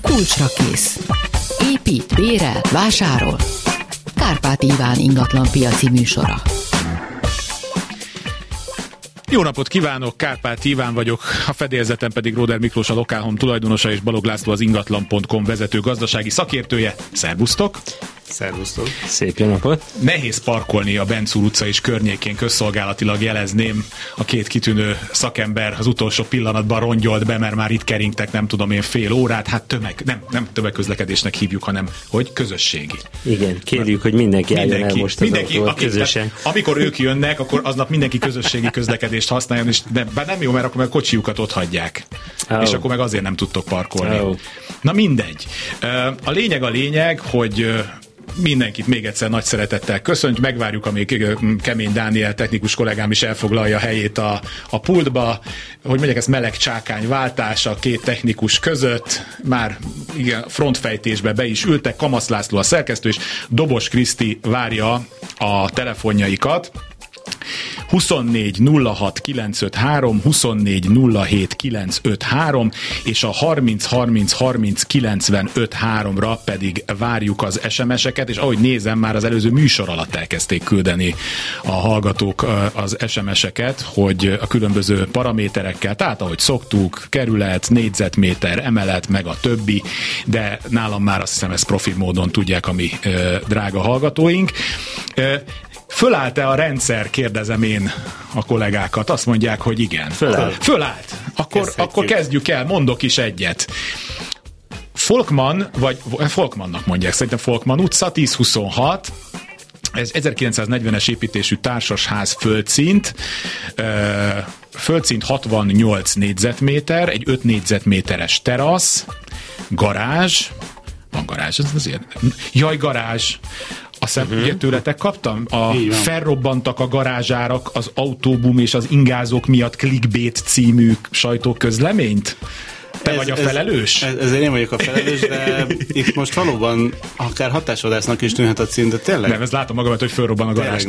Kulcsra kész. Épít, bérel, vásárol. Kárpát Iván ingatlan piaci műsora. Jó napot kívánok, Kárpát Iván vagyok, a fedélzeten pedig Róder Miklós, a Lokálhome tulajdonosa, és Balog László, az ingatlan.com vezető gazdasági szakértője. Szervusztok! Szervusztok! Szép jó napot! Nehéz parkolni a Bencúr utca és környékén, közszolgálatilag jelezném. A két kitűnő szakember az utolsó pillanatban rongyolt be, mert már itt keringtek, nem tudom én, fél órát. Hát nem tömegközlekedésnek hívjuk, hanem hogy közösségi. Igen, kérjük, hogy mindenki álljon el most az autóval közösen. Amikor ők jönnek, akkor aznap mindenki közösségi közlekedést használjon, és bár nem jó, mert akkor meg a kocsiukat ott hagyják. És akkor meg azért nem tudtok parkolni. Na mindegy. A lényeg, hogy mindenkit még egyszer nagy szeretettel köszönt, megvárjuk, amíg Kemény Dániel technikus kollégám is elfoglalja a helyét a pultba, hogy mondják, ez meleg csákányváltás a két technikus között, már igen, frontfejtésbe be is ültek, Kamasz László a szerkesztő, és Dobos Kriszti várja a telefonjaikat. 24 06 953, 24 07 953, és a 30 30 30 95 3-ra pedig várjuk az SMS-eket, és ahogy nézem, már az előző műsor alatt elkezdték küldeni a hallgatók az SMS-eket, hogy a különböző paraméterekkel, tehát ahogy szoktuk, kerület, négyzetméter, emelet, meg a többi, de nálam már azt hiszem, ezt profi módon tudják a mi drága hallgatóink. Fölállt-e a rendszer, kérdezem én a kollégákat. Azt mondják, hogy igen. Fölállt. Akkor kezdjük el, mondok is egyet. Folkmannak mondják, szerintem Folkman utca, 1026, ez 1940-es építésű társasház földszint, 68 négyzetméter, egy 5 négyzetméteres terasz, garázs, van garázs, ez azért. Jaj, garázs. Azt ugye tőletek kaptam? Felrobbantak a garázsárak az autóbum és az ingázók miatt clickbait című sajtóközleményt? Te vagy a felelős? Ezért én vagyok a felelős, de itt most valóban akár hatásvadásznak is tűnhet a cím, de tényleg... Nem, ezt látom magamat, hogy felrobban a garázs.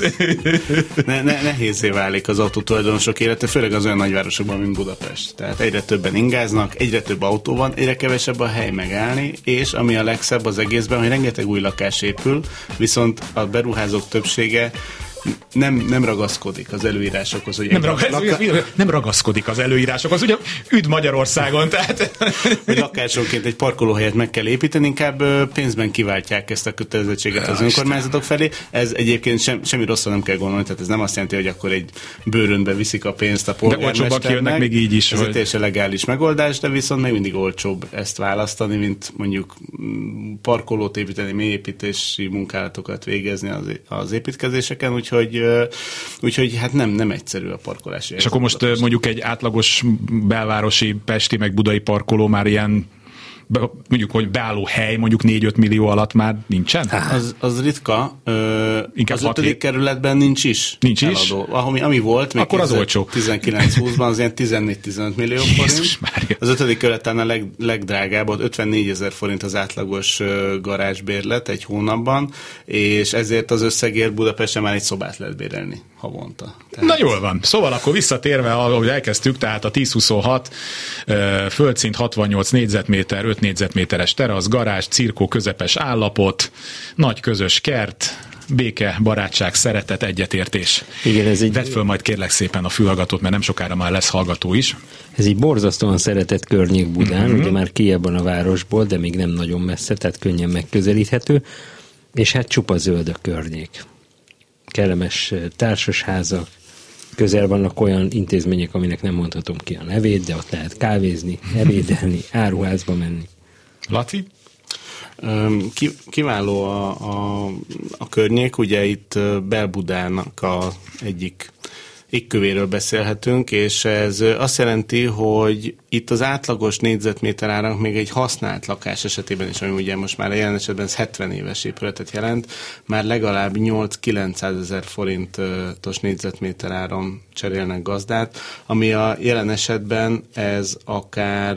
Nehézzé válik az autótulajdonosok élete, főleg az olyan nagyvárosokban, mint Budapest. Tehát egyre többen ingáznak, egyre több autó van, egyre kevesebb a hely megállni, és ami a legszebb az egészben, hogy rengeteg új lakás épül, viszont a beruházók többsége nem ragaszkodik az előírásokhoz. Hogy nem ragaszkodik az előírásokhoz. Ugye üdv Magyarországon, tehát... Hogy lakásonként egy parkolóhelyet meg kell építeni, inkább pénzben kiváltják ezt a kötelezettséget az önkormányzatok felé. Ez egyébként semmi rosszra nem kell gondolni, tehát ez nem azt jelenti, hogy akkor egy bőrönbe viszik a pénzt a polgármesternek. De olcsóbbak kijönnek még így is. Ez egy teljesen legális megoldás, de viszont még mindig olcsóbb ezt választani, mint mondjuk parkolót építeni, mélyépítési munkálatokat végezni az építkezéseken, úgyhogy hát nem egyszerű a parkolási. És akkor most mondjuk egy átlagos belvárosi, pesti meg budai parkoló már ilyen, mondjuk, hogy beálló hely mondjuk 4-5 millió alatt már nincsen? Az ritka. Az 5. kerületben nincs is. Nincs eladó. Is? Ami volt, még akkor az olcsó. 19-20-ban az ilyen 14-15 millió forint. Az 5. kerületen a legdrágább, 54 000 forint az átlagos garázsbérlet egy hónapban, és ezért az összegért Budapesten már egy szobát lehet bérelni havonta. Na jól van. Szóval akkor visszatérve, ahogy elkezdtük, tehát a 1026 földszint 68 négyzetméter, 5 négyzetméteres terasz, garázs, cirkó közepes állapot, nagy közös kert, béke, barátság, szeretet, egyetértés. Igen, vedd föl majd kérlek szépen a fülhallgatót, mert nem sokára már lesz hallgató is. Ez így borzasztóan szeretett környék Budán, ugye már kijebb a városból, de még nem nagyon messze, tehát könnyen megközelíthető, és hát csupa zöld a környék. Kellemes társasházak, közel vannak olyan intézmények, aminek nem mondhatom ki a nevét, de ott lehet kávézni, ebédelni, áruházba menni. Laci? Kiváló a környék, ugye itt Belbudának egyik égkövéről beszélhetünk, és ez azt jelenti, hogy itt az átlagos négyzetméter árak még egy használt lakás esetében is, ami ugye most már a jelen esetben ez 70 éves épületet jelent, már legalább 8-900 ezer forintos négyzetméter áron cserélnek gazdát, ami a jelen esetben ez akár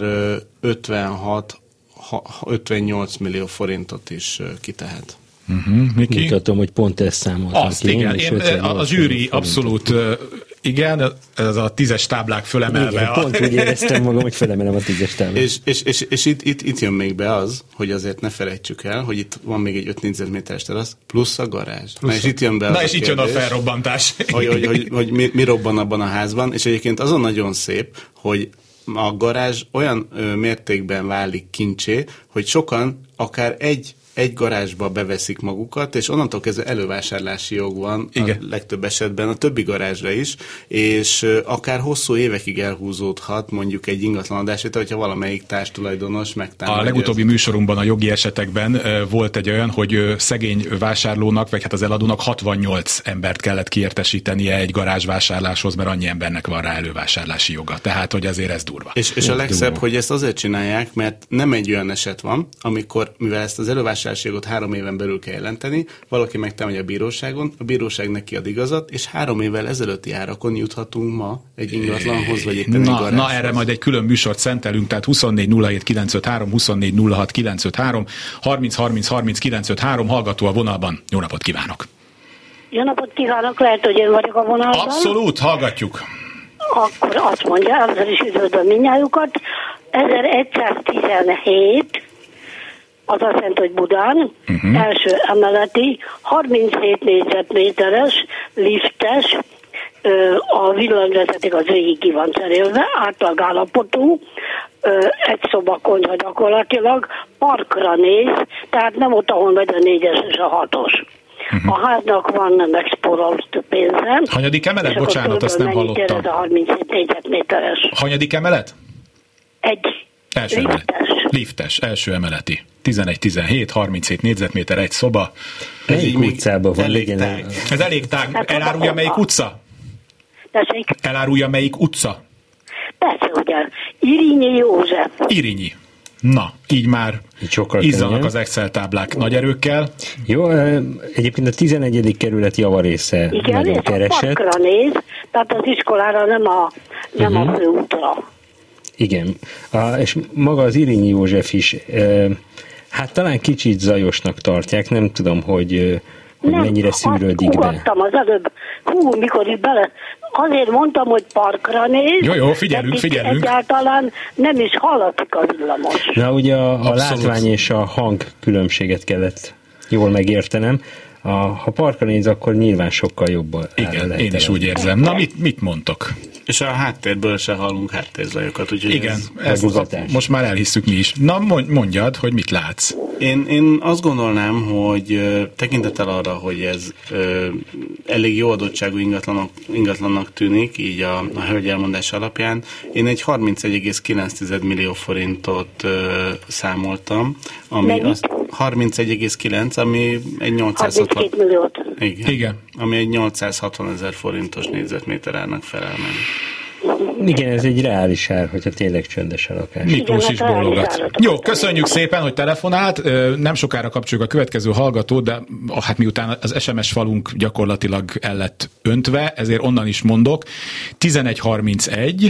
56-58 millió forintot is kitehet. Mutatom, hogy pont ezt számoltam ki. Igen. A zsűri abszolút Igen, ez a 10-es táblák fölemelve. Igen, pont úgy éreztem magam, hogy felemelem a 10-es táblát. És itt jön még be az, hogy azért ne felejtsük el, hogy itt van még egy 5 négyzetméteres terasz, plusz a garázs. És itt jön be Na és itt jön a felrobbantás. Hogy mi robban abban a házban, és egyébként azon nagyon szép, hogy a garázs olyan mértékben válik kincsé, hogy sokan akár egy garázsba beveszik magukat, és onnantól kezdve elővásárlási jog van a legtöbb esetben a többi garázsra is, és akár hosszú évekig elhúzódhat mondjuk egy ingatlanadásét, hogyha valamelyik társtulajdonos megtámadja. A legutóbbi műsorunkban a jogi esetekben volt egy olyan, hogy szegény vásárlónak, vagy hát az eladónak 68 embert kellett kiértesítenie egy garázsvásárláshoz, mert annyi embernek van rá elővásárlási joga. Tehát, hogy azért ez durva. És a legszebb, hogy ezt azért csinálják, mert nem egy olyan eset van, amikor, mivel ezt az elővásárlási jogot 3 éven belül kell jelenteni, valaki megtámadja a bíróságon, a bíróság neki ad igazat, és 3 évvel ezelőtti árakon juthatunk ma egy ingatlanhoz, vagy éppen egy garázshoz. Na, erre majd egy külön műsort szentelünk, tehát 24 07 953, 24 06 953, 30 30 30 953, hallgató a vonalban. Jó napot kívánok! Jó napot kívánok, lehet, hogy én vagyok a vonalban. Abszolút, hallgatjuk! Akkor azt mondja, először is üdvözlöm mindnyájukat. 1117, az azt jelenti, hogy Budán, első emeleti, 37 négyzetméteres, liftes, a villanyvezeték az végig ki van cserélve, átlagállapotú, egy szoba konyha gyakorlatilag, parkra néz, tehát nem ott, ahol megy a 4-es és a 6-os. A háznak van megspórolt pénze. Hanyadik emelet? Bocsánat, azt nem hallottam. Ez a 37 négyzetméteres. Hanyadik emelet? Első liftes. Liftes, első emeleti. 11-17, 37 négyzetméter, egy szoba. Melyik utcában van? Elég tág. Ez elég tág. Elárulja melyik utca? Tessék? Elárulja melyik utca? Persze, ugye. Irinyi József. Irinyi. Na, így már izzanak az Excel táblák nagy erőkkel. Jó, egyébként a 11. kerület javarésze nagyon keresett. Igen, a parkra néz, tehát az iskolára nem a főútra. Igen, és maga az Irinyi József is, hát talán kicsit zajosnak tartják, nem tudom, hogy mennyire szűrődik be. Nem, az előbb, mikor itt bele, azért mondtam, hogy parkra néz. Jó, figyelünk. Egyáltalán nem is hallatik a villamos. Na, ugye a látvány és a hang különbséget kellett jól megértenem. Ha parkra néz, akkor nyilván sokkal jobban. Igen, én is úgy érzem. Na, mit mondtok? És a háttérből se hallunk háttérzajokat, úgyhogy igen, most már elhisszük mi is. Na, mondjad, hogy mit látsz? Én azt gondolnám, hogy tekintettel arra, hogy ez elég jó adottságú ingatlannak tűnik, így a hölgy elmondása alapján, én egy 31,9 millió forintot számoltam, ami 31,9, ami egy 860 milliót. Igen. Ami egy 860 000 forintos négyzetméter árnak felel meg. Igen, ez egy reális ár, hogyha tényleg csöndes a lakás. Miklós is bólogat. Jó, köszönjük szépen, hogy telefonált. Nem sokára kapcsoljuk a következő hallgatót, de hát miután az SMS falunk gyakorlatilag el lett öntve, ezért onnan is mondok. 1131,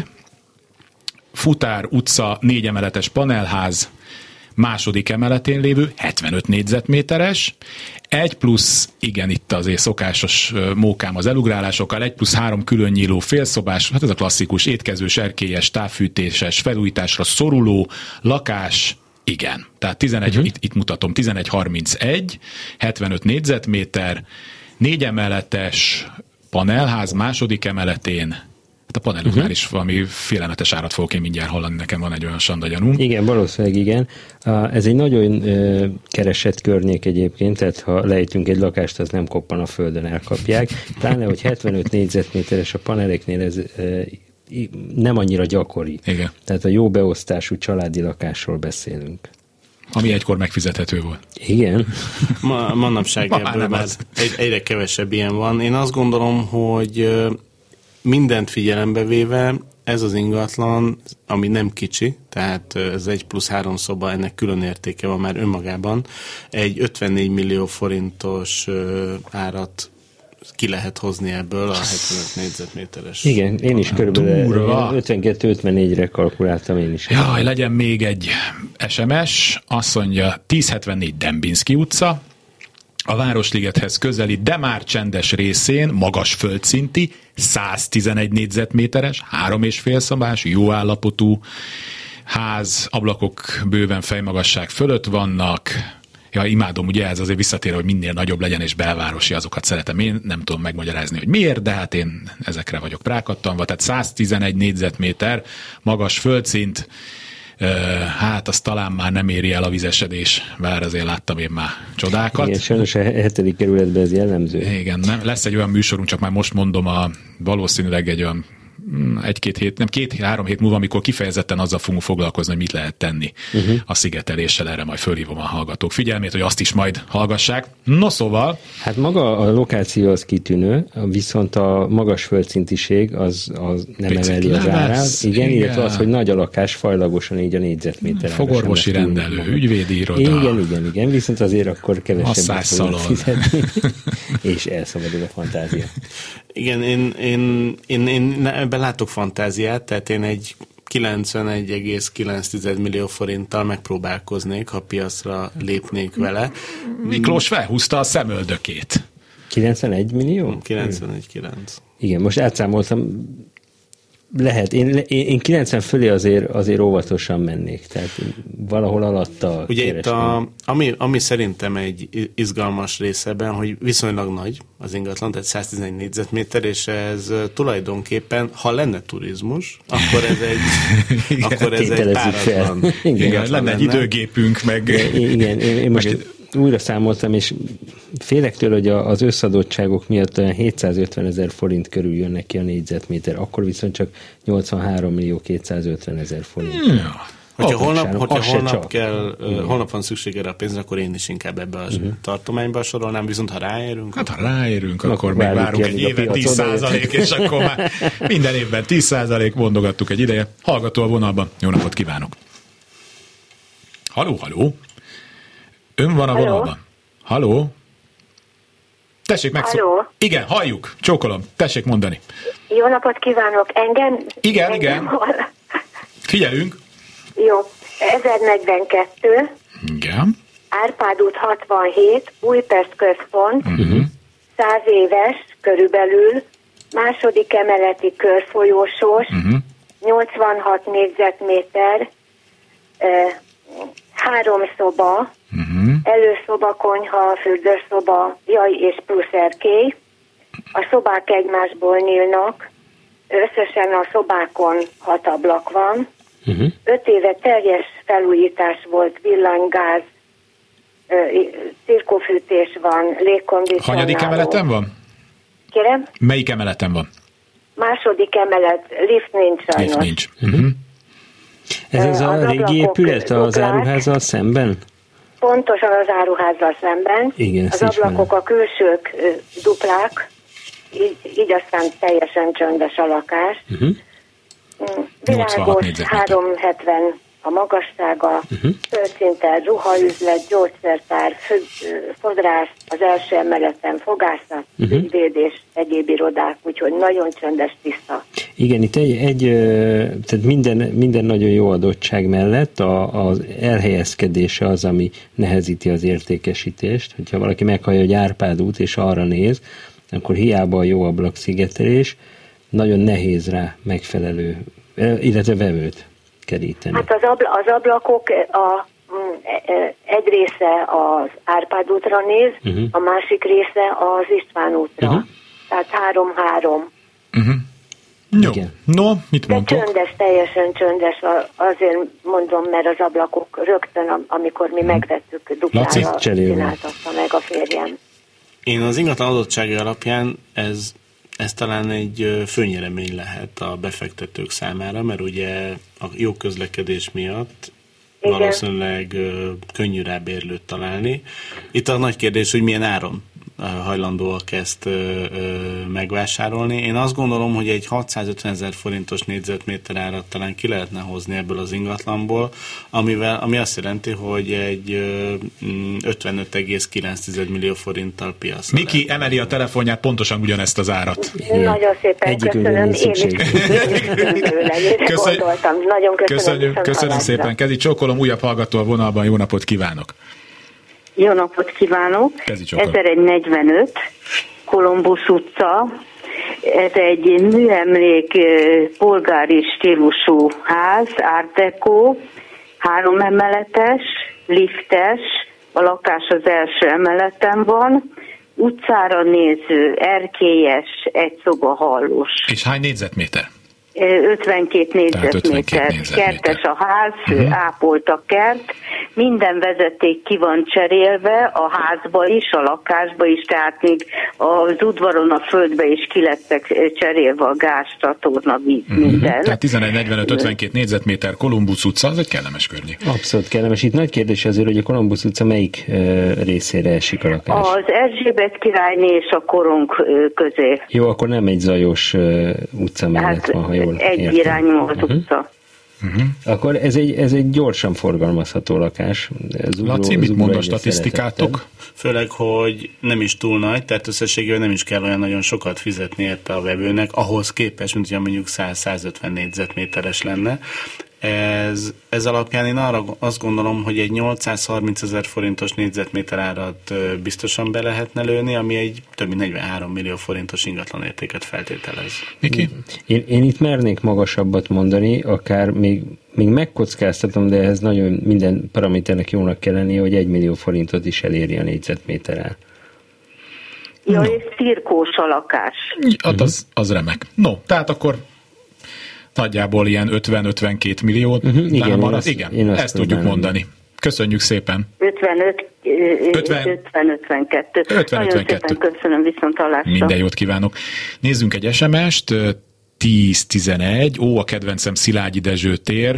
Futár utca, 4 emeletes panelház, második emeletén lévő, 75 négyzetméteres, 1+, igen, itt azért szokásos mókám az elugrálásokkal, 1+3 külön nyíló félszobás, hát ez a klasszikus étkezős, erkélyes, távfűtéses, felújításra szoruló lakás, igen. Tehát 11, itt mutatom, 1131, 75 négyzetméter, 4 emeletes panelház, második emeletén. A paneloknál is valami félelmetes árat fogok én mindjárt hallani, nekem van egy olyan sandagyanum. Igen, valószínűleg igen. Ez egy nagyon keresett környék egyébként, tehát ha lejtünk egy lakást, az nem koppan a földön, elkapják. Pláne, hogy 75 négyzetméteres a paneleknél ez nem annyira gyakori. Igen. Tehát a jó beosztású családi lakásról beszélünk. Ami egykor megfizethető volt. Igen. Manapság ebből már egyre kevesebb ilyen van. Én azt gondolom, hogy mindent figyelembe véve ez az ingatlan, ami nem kicsi, tehát ez 1+3 szoba, ennek külön értéke van már önmagában, egy 54 millió forintos árat ki lehet hozni ebből a 75 négyzetméteres. Igen, én is körülbelül 52-54-re kalkuláltam én is. Jaj, legyen még egy SMS, azt mondja 1074 Dembinski utca, a Városligethez közeli, de már csendes részén, magas földszinti, 111 négyzetméteres, 3,5 szobás, jó állapotú ház, ablakok bőven fejmagasság fölött vannak. Ja, imádom, ugye ez azért visszatér, hogy minél nagyobb legyen és belvárosi, azokat szeretem. Én nem tudom megmagyarázni, hogy miért, de hát én ezekre vagyok rákattanva. Tehát 111 négyzetméter, magas földszint, hát az talán már nem éri el a vizesedés, bár azért láttam én már csodákat. Igen, sajnos a 7. kerületben ez jellemző. Igen, nem, lesz egy olyan műsorunk, csak már most mondom, valószínűleg egy olyan 1-2 hét, nem 2-3 hét múlva, amikor kifejezetten azzal fogunk foglalkozni, hogy mit lehet tenni a szigeteléssel, erre majd fölhívom a hallgatók figyelmét, hogy azt is majd hallgassák. No szóval... Hát maga a lokáció az kitűnő, viszont a magas földszintiség az nem emeli az árát. Igen, illetve az, hogy nagy a lakás, fajlagosan így a négyzetméter. Fogorvosi rendelő, ügyvédi iroda. Igen, viszont azért akkor kevesebbet fogunk fizetni, és elszabadul a fantázia. Igen, én ebben látok fantáziát, tehát én egy 91,9 millió forinttal megpróbálkoznék, ha piacra lépnék vele. Miklós felhúzta a szemöldökét. 91 millió? 91,9. Igen, most átszámoltam, lehet. Én 90 fölé azért óvatosan mennék, tehát valahol alatta ugye keresném. Itt ami szerintem egy izgalmas rész ebben, hogy viszonylag nagy az ingatlan, tehát 111 négyzetméter, és ez tulajdonképpen, ha lenne turizmus, akkor ez egy páratlan. Igen, lenne egy időgépünk, meg... Igen, én most újra számoltam, és félek tőle, hogy az összadottságok miatt olyan 750 000 forint körül jön neki a négyzetméter, akkor viszont csak 83.250.000 forint. Hogyha holnap van szükség erre a pénzre, akkor én is inkább ebbe a tartományba sorolnám, viszont ha ráérünk... Hát ha ráérünk, akkor még várunk egy éven 10%, és akkor már minden évben 10% mondogattuk egy ideje. Hallgató a vonalban, jó napot kívánok! Halló! Ön van a vonalban. Halló? Tessék Halló? Igen, halljuk. Csókolom. Tessék mondani. Jó napot kívánok. Engem? Igen. Figyelünk. Jó. 1042. Igen. Árpád út 67. Újpest központ. 100 éves körülbelül. Második emeleti körfolyósós. 86 négyzetméter. 3 szoba. Előszoba, konyha, fürdőszoba, és plusz erkély. A szobák egymásból nyílnak. Összesen a szobákon 6 ablak van. 5 éve teljes felújítás volt, villanygáz, cirkófűtés van, légkondicionáló. Hanyadik emeleten van? Kérem? Melyik emeleten van? Második emelet, lift nincs sajnos. Lift nincs. Ez az a régi épület az áruházzal szemben? Pontosan az áruházzal szemben. Igen, az ablakok, a külsők duplák, így aztán teljesen csöndes a lakás. Világos, 370 a magassága, földszinten ruhaüzlet, gyógyszertár, fodrász, az első emeleten fogászat, ügyvéd és egyéb irodák, úgyhogy nagyon csöndes, tiszta. Igen, itt tehát minden nagyon jó adottság mellett az elhelyezkedése az, ami nehezíti az értékesítést. Hogyha valaki meghallja, hogy Árpád út, és arra néz, akkor hiába a jó ablakszigetelés, nagyon nehéz rá megfelelő, illetve vevőt keríteni. Hát az ablakok egy része az Árpád útra néz, a másik része az István útra. Tehát 3-3. Jó. No, mit mondtok? De csöndes, teljesen csöndes, azért mondom, mert az ablakok rögtön, amikor mi megvettük, duplára csináltatta meg a férjem. Én az ingatlan adottsága alapján ez talán egy főnyeremény lehet a befektetők számára, mert ugye a jó közlekedés miatt valószínűleg könnyű rá bérlőt találni. Itt a nagy kérdés, hogy milyen áron hajlandóak ezt megvásárolni. Én azt gondolom, hogy egy 650 000 forintos négyzetméter árat talán ki lehetne hozni ebből az ingatlanból, ami azt jelenti, hogy egy 55,9 millió forinttal piacra. Miki emeli a telefonját, pontosan ugyanezt az árat. Nagyon szépen köszönöm. Köszönöm szépen. Kezi csókolom, újabb hallgató a vonalban, jó napot kívánok. Jó napot kívánok! 1145, Kolumbusz utca. Ez egy műemlék polgári stílusú ház, Art Deco, 3 emeletes, liftes, a lakás az első emeleten van, utcára néző, erkélyes, egy szoba hallós. És hány négyzetméter? 52 négyzetméter. Kertes a ház, ápolt a kert, minden vezeték ki van cserélve, a házba is, a lakásba is, tehát még az udvaron, a földbe is ki lettek cserélve a gáz, csatorna, víz, minden. Tehát 11-45-52 négyzetméter, Kolumbusz utca, az egy kellemes környék. Abszolút kellemes. Itt nagy kérdés azért, hogy a Kolumbusz utca melyik részére esik a lakás? Az Erzsébet királyné és a Korong közé. Jó, akkor nem egy zajos utca mellett van, ha jól egy értem. irányú az utca. Akkor ez egy gyorsan forgalmazható lakás. Laci, mit mond a statisztikátok? Főleg, hogy nem is túl nagy, tehát összességében nem is kell olyan nagyon sokat fizetni érte a vevőnek, ahhoz képest, mint hogy mondjuk 100-150 négyzetméteres lenne. Ez alapján én arra azt gondolom, hogy egy 830 000 forintos négyzetméter árat biztosan be lehetne lőni, ami egy több mint 43 millió forintos ingatlan értéket feltételez. Miki? Én itt mernék magasabbat mondani, akár még megkockáztatom, de ehhez nagyon minden paraméternek jónak kell lennie, hogy 1 millió forintot is eléri a négyzetméter ár. Ja, és cirkós a lakás. Az remek. No, tehát akkor nagyjából ilyen 50-52 milliót. Igen, ezt tudjuk mondani. Köszönjük szépen. 50-52. Nagyon szépen köszönöm, viszonthallásra. Minden jót kívánok. Nézzünk egy SMS-t. 10-11. A kedvencem Szilágyi Dezső tér.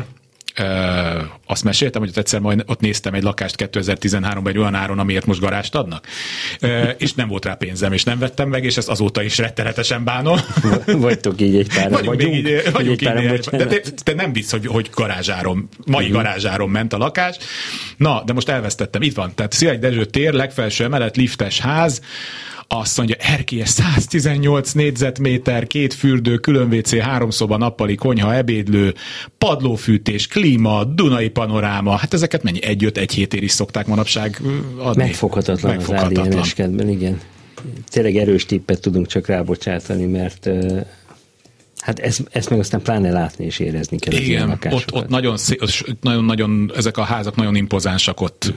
Azt meséltem, hogy egyszer majd ott néztem egy lakást 2013-ban egy olyan áron, amiért most garást adnak. És nem volt rá pénzem, és nem vettem meg, és ezt azóta is rettenetesen bánom. Vagytok így egy páran. Vagyunk így, de te nem visz, hogy garázsáron, mai garázsáron ment a lakás. Na, de most elvesztettem. Itt van. Tehát Szilágyi Dezső tér, legfelső emelet, liftes ház, azt mondja, erkélyes 118 négyzetméter, 2 fürdő, külön WC, 3 szoba, nappali, konyha, ebédlő, padlófűtés, klíma, Dunai panoráma. Hát ezeket mennyi? 1-5-1 hétért is szokták manapság adni? Megfoghatatlan az ADN-eskedben, igen. Tényleg erős tippet tudunk csak rábocsátani, mert hát ezt meg aztán pláne látni és érezni kell. Igen, ott nagyon, ezek a házak nagyon impozánsak ott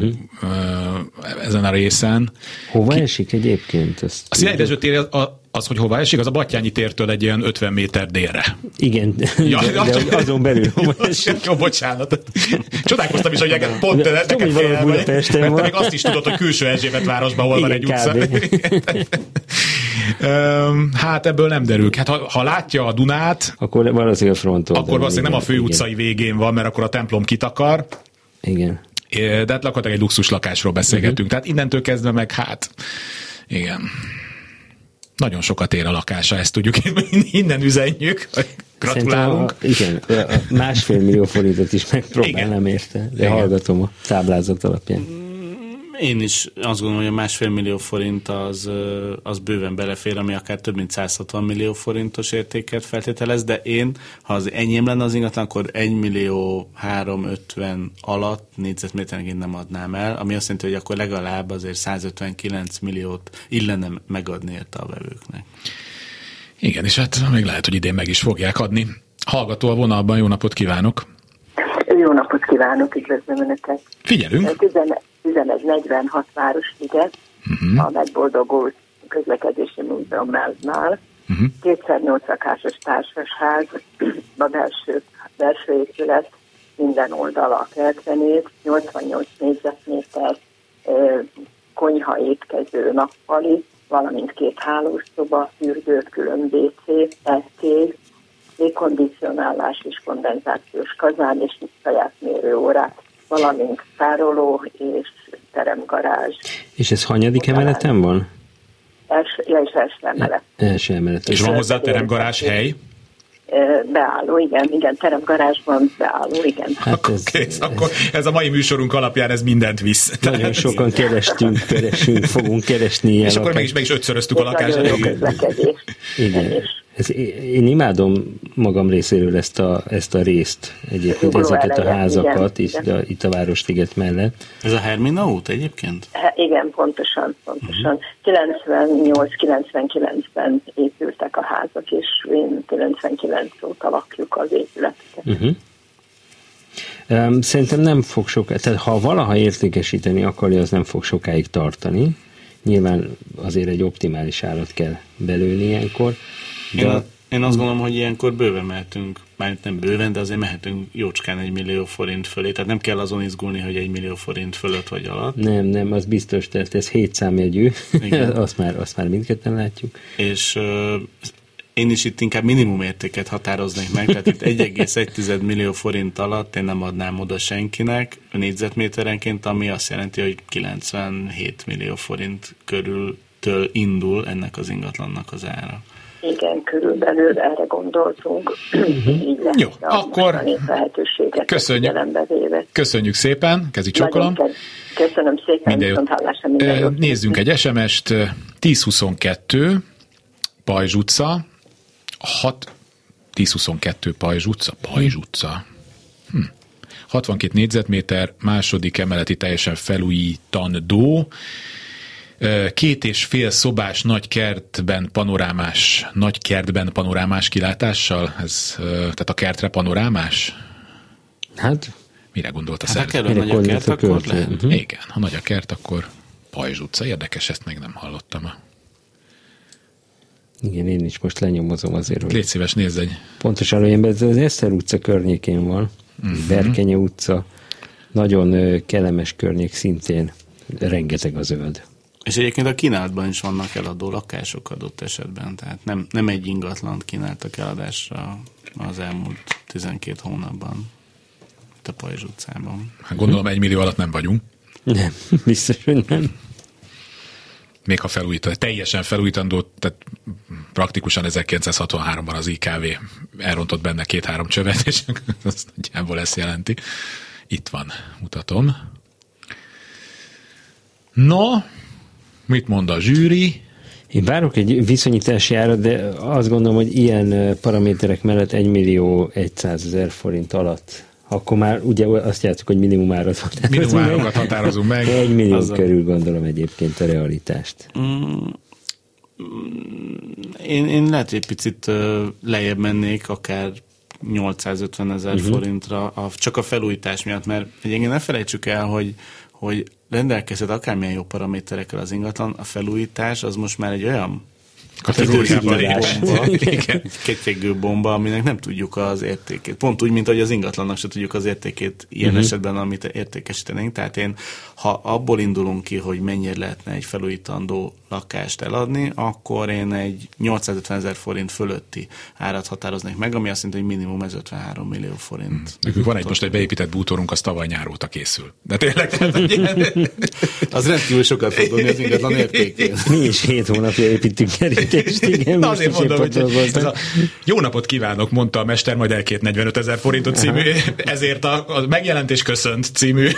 ezen a részen. Hova esik egyébként? A Szilágyi Dezső tér az, hogy hova esik, az a Batthyány tértől egy ilyen 50 méter délre. Igen, de azon belül hova esik. Jó, bocsánat. Csodálkoztam is, hogy pont neked fél, mert te még azt is tudod, hogy külső Erzsébetvárosban hol van egy utca. Hát ebből nem derül. Hát ha látja a Dunát, akkor valószínűleg a fronton. Akkor valószínűleg nem a főutcai végén van, mert akkor a templom kitakar. Igen. De hát gyakorlatilag egy luxus lakásról beszélgetünk. Tehát innentől kezdve meg igen. Nagyon sokat ér a lakása, ezt tudjuk, innen üzenjük. Gratulálunk. Igen, 1,5 millió forintot is megpróbálnám érte, de hallgatom a táblázat alapján. Én is azt gondolom, hogy a 1,5 millió forint az bőven belefér, ami akár több mint 160 millió forintos értéket feltételez, de én, ha az enyém lenne az ingatlan, akkor 1 millió 350 alatt négyzetméterenként nem adnám el, ami azt jelenti, hogy akkor legalább azért 159 milliót illene megadni érte a vevőknek. Igen, és hát még lehet, hogy idén meg is fogják adni. Hallgató a vonalban, jó napot kívánok! Jó napot kívánok, üdvözlöm Önöket! Figyelünk! 1146 Városliget, a megboldogult közlekedési múzeumnál. 2x8 lakásos társasház, a belső épület, minden oldala a kertzenét, 88 négyzetméter, konyha, étkező, nappali, valamint 2 hálószoba, fürdő, külön WC, erkély, légkondicionálás és kondenzációs kazán és saját mérőórák, valamint tároló és teremgarázs. És ez hanyadik emeleten van? Első emelet. Első emelet. És van hozzá teremgarázs hely? Beálló, igen, teremgarázsban beálló, igen. Hát akkor ez a mai műsorunk alapján ez mindent visz. Nagyon sokan keresünk, fogunk keresni ilyen és akkor meg is ötszöröztük a lakást. Nagyon jó közlekedés. Igen. Én imádom magam részéről ezt a részt, egyébként ezeket a házakat itt a Városliget mellett. Ez a Hermina út egyébként? Igen, pontosan. 98-99-ben épültek a házak, és én 99 óta lakjuk az épületeket. Szerintem nem fog sokáig, tehát ha valaha értékesíteni akarja, az nem fog sokáig tartani. Nyilván azért egy optimális árat kell belőni ilyenkor. Én azt gondolom, hogy ilyenkor bőven mehetünk, mármint nem bőven, de azért mehetünk jócskán 1 millió forint fölé, tehát nem kell azon izgulni, hogy 1 millió forint fölött vagy alatt. Nem, az biztos, tehát ez 7 számjegyű, azt már mindketten látjuk. És én is itt inkább minimum értéket határoznék meg, tehát itt 1,1 millió forint alatt én nem adnám oda senkinek négyzetméterenként, ami azt jelenti, hogy 97 millió forint körültől indul ennek az ingatlannak az ára. Igen, körülbelül erre gondoltunk. Jó, akkor köszönjük szépen, kezi csókolom. Köszönöm szépen, viszont hallásra minden jót. Nézzünk egy SMS-t, 1022 Pajzs utca, 1022 Pajzs utca. 62 négyzetméter, második emeleti teljesen felújítandó, 2,5 szobás nagy kertben panorámás kilátással, ez, tehát a kertre panorámás? Hát, mire gondolt a szerző? Ha nagy a kert, akkor lehet. Igen, ha nagy a kert, akkor Pajzs utca. Érdekes, ezt még nem hallottam. Igen, én is most lenyomozom azért. Légy szíves, nézz egy. Pontosan olyan, ez az Eszter utca környékén van, Berkenye utca, nagyon kellemes környék, szintén rengeteg a zöld. És egyébként a kínálatban is vannak eladó lakások adott esetben, tehát nem egy ingatlant kínáltak eladásra az elmúlt 12 hónapban a Pajzs utcában. Hát gondolom 1 millió alatt nem vagyunk. Nem, biztos, hogy nem. Még ha teljesen felújítandó, tehát praktikusan 1963-ban az IKV elrontott benne 2-3 csövet, és az nagyjából ezt jelenti. Itt van, mutatom. No, mit mond a zsűri? Én várok egy viszonyítási árat, de azt gondolom, hogy ilyen paraméterek mellett 1.100.000 forint alatt. Akkor már ugye azt játszunk, hogy minimumárat határozunk meg. 1 millió körül gondolom egyébként a realitást. Én lehet, hogy egy picit lejjebb mennék, akár 850.000 forintra, csak a felújítás miatt, mert egyébként ne felejtsük el, hogy rendelkezhet akármilyen jó paraméterekkel az ingatlan, a felújítás az most már egy olyan kategóriában ketyegő bomba, aminek nem tudjuk az értékét. Pont úgy, mint ahogy az ingatlannak se tudjuk az értékét ilyen esetben, amit értékesítenénk. Tehát ha abból indulunk ki, hogy mennyire lehetne egy felújítandó lakást eladni, akkor én egy 850.000 forint fölötti árat határoznék meg, ami azt jelenti, hogy minimum ez 53 millió forint. Nekünk van most egy beépített bútorunk, az tavaly nyár óta készül. De tényleg az rendkívül sokat fog tudni az ingatlan értékén. Mi is 7 hónapja építünk kerítést, igen. Na azért mondom, hogy jó napot kívánok, mondta a mester, majd elkért 45.000 forintot című, ezért a megjelentés köszönt című.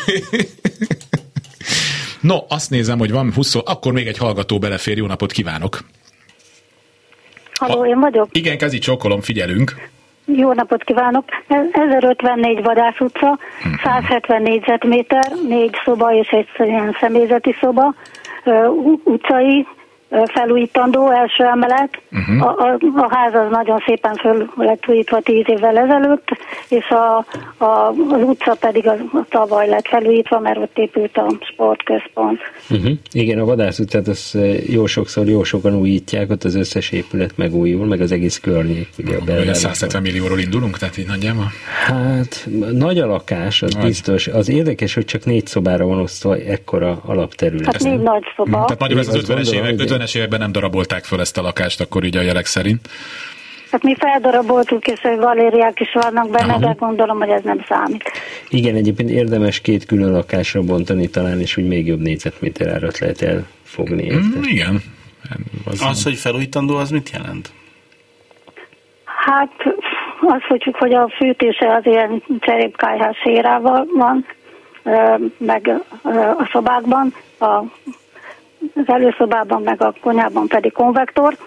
No, azt nézem, hogy van 20, akkor még egy hallgató belefér, jó napot kívánok. Halló, én vagyok. Igen, kezi csókolom, figyelünk. Jó napot kívánok. 1054 Vadász utca, 170 négyzetméter, 4 szoba és egy személyzeti szoba, utcai, felújítandó, első emelet. A ház az nagyon szépen föl lett újítva 10 évvel ezelőtt, és az utca pedig tavaly lett felújítva, mert ott épült a sportközpont. Igen, a Vadász utcát azt jó sokan újítják, ott az összes épület megújul, meg az egész környék. Ugye 170 millióról indulunk, tehát így nagyjából? Hát, nagy a lakás, az biztos. Az érdekes, hogy csak 4 szobára van osztva ekkora alapterület. Hát 4 nagy szoba. Tehát magyarul ez az 50-es években nem darabolták föl ezt a lakást, akkor így a jelek szerint. Hát mi feldaraboltuk, és galériák is vannak benne, de gondolom, hogy ez nem számít. Igen, egyébként érdemes 2 külön lakásra bontani talán, és úgy még jobb négyzetméter árat lehet elfogni. Igen. Az, hogy felújítandó, az mit jelent? Hát azt mondjuk, hogy a fűtése az ilyen cserépkályhás sérával van, meg a szobákban, az előszobában, meg a konyhában pedig konvektor,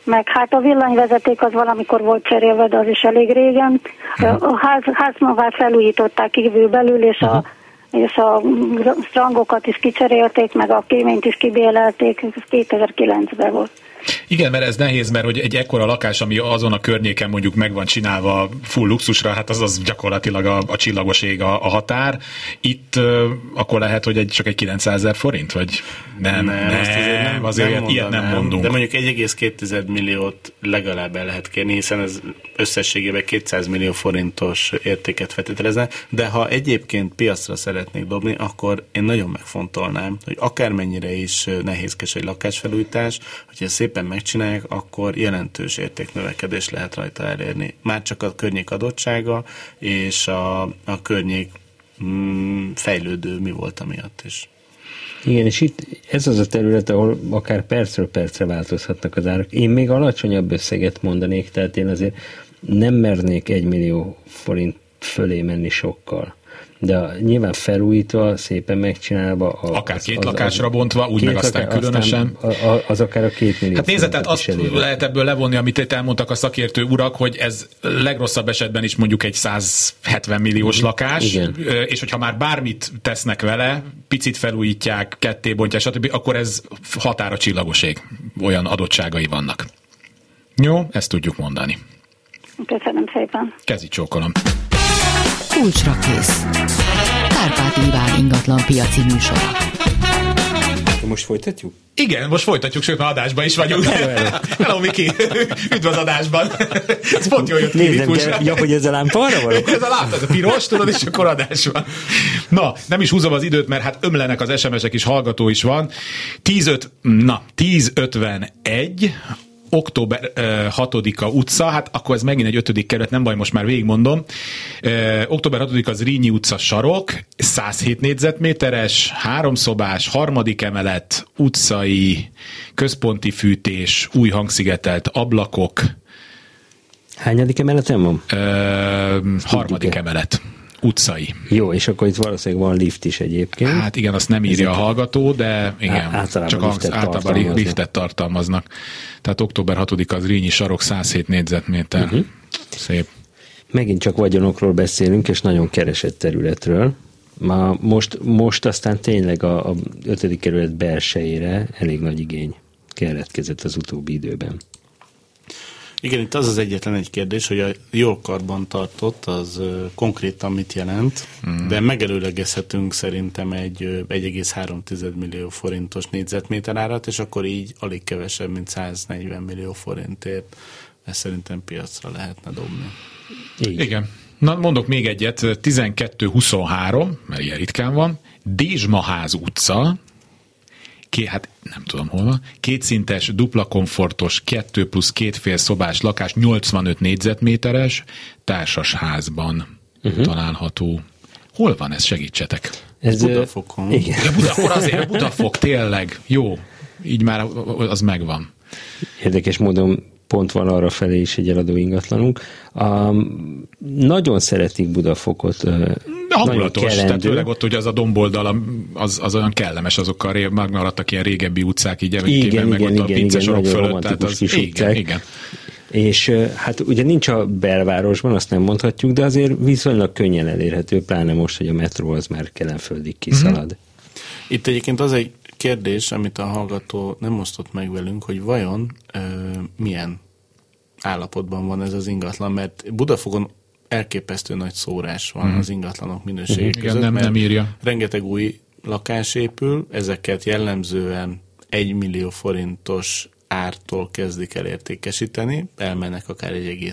meg hát a villanyvezeték az valamikor volt cserélve, de az is elég régen. A ház magát felújították kívül-belül, és a strangokat is kicserélték, meg a kéményt is kibélelték, ez 2009-ben volt. Igen, mert ez nehéz, mert hogy egy ekkora lakás, ami azon a környéken mondjuk meg van csinálva full luxusra, hát az gyakorlatilag a csillagos ég a határ. Itt akkor lehet, hogy csak egy 900 000 forint, vagy nem, azért ilyet nem mondunk. De mondjuk 1,2 milliót legalább el lehet kérni, hiszen ez összességében 200 millió forintos értéket feltételezne, de ha egyébként piacra szeretnék dobni, akkor én nagyon megfontolnám, hogy akármennyire is nehézkes egy lakásfelújítás, hogyha szépen megcsinálják, akkor jelentős értéknövekedés lehet rajta elérni. Már csak a környék adottsága és a környék fejlődő mi volt amiatt is. Igen, és itt ez az a terület, ahol akár percről percre változhatnak az árak. Én még alacsonyabb összeget mondanék, tehát én azért nem mernék 1 millió forint fölé menni sokkal. De nyilván felújítva, szépen megcsinálva. Akár két lakásra bontva, úgy meg aztán különösen. Az akár a 2 millió. Hát nézd, tehát azt lehet ebből levonni, amit itt elmondtak a szakértő urak, hogy ez legrosszabb esetben is mondjuk egy 170 milliós lakás, igen. És hogyha már bármit tesznek vele, picit felújítják, ketté bontják, stb., akkor ez határa csillagoség. Olyan adottságai vannak. Jó, ezt tudjuk mondani. Köszönöm szépen. Kezi csókolom. Kulcsra kész. Kárpát Iván ingatlan piaci műsora. Most folytatjuk? Igen, most folytatjuk, sőt, már adásban is vagyunk. Hello, Miki! Üdv az adásban! Ez pont jól jött ki. Ja, hogy ez a lámpa arra van? Ez a lámpa, ez a piros, tudod, és akkor adás van. Na, nem is húzom az időt, mert hát ömlenek az SMS-ek is, hallgató is van. 10:51, október 6-a utca, hát akkor ez megint egy 5. kerület, nem baj, most már végigmondom. Október 6-a az Rínyi utca sarok, 107 négyzetméteres, 3 szobás, 3. emelet, utcai, központi fűtés, új hangszigetelt ablakok. Hányadik emeleten van? 3. emelet. Utcai. Jó, és akkor itt valószínűleg van lift is egyébként. Hát igen, azt nem írja a hallgató, de igen, csak általában liftet tartalmaznak. Tehát október 6-a az Rínyi sarok, 107 négyzetméter. Szép. Megint csak vagyonokról beszélünk, és nagyon keresett területről. Most aztán tényleg a 5. kerület belsejére elég nagy igény keletkezett az utóbbi időben. Igen, itt az egyetlen egy kérdés, hogy a jól karban tartott, az konkrétan mit jelent, de megelőlegezhetünk szerintem egy 1,3 millió forintos négyzetméter árat, és akkor így alig kevesebb, mint 140 millió forintért ezt szerintem piacra lehetne dobni. Így. Igen. Na, mondok még egyet, 12-23, mert ilyen ritkán van, Dézsmaház utca, hát nem tudom hol van, 2 szintes, dupla komfortos, 2+2 szobás lakás, 85 négyzetméteres, társas házban található. Hol van ez? Segítsetek. Ez Budafokon. Igen. Akkor azért Budafok, tényleg. Jó, így már az megvan. Érdekes módon pont van arra felé is egy eladó ingatlanunk. Nagyon szeretik Budafokot. Hangulatos, tehát főleg ott ugye az a domboldal, az olyan kellemes, azokkal megmaradtak ilyen régebbi utcák, így meg ott a pincesorok fölött. Tehát az, igen. És hát ugye nincs a belvárosban, azt nem mondhatjuk, de azért viszonylag könnyen elérhető, pláne most, hogy a metró az már Kelenföldig kiszalad. Itt egyébként az egy kérdés, amit a hallgató nem osztott meg velünk, hogy vajon milyen állapotban van ez az ingatlan, mert Budafokon elképesztő nagy szórás van az ingatlanok minőségek között, nem írja. Rengeteg új lakás épül, ezeket jellemzően 1 millió forintos ártól kezdik el értékesíteni, elmennek akár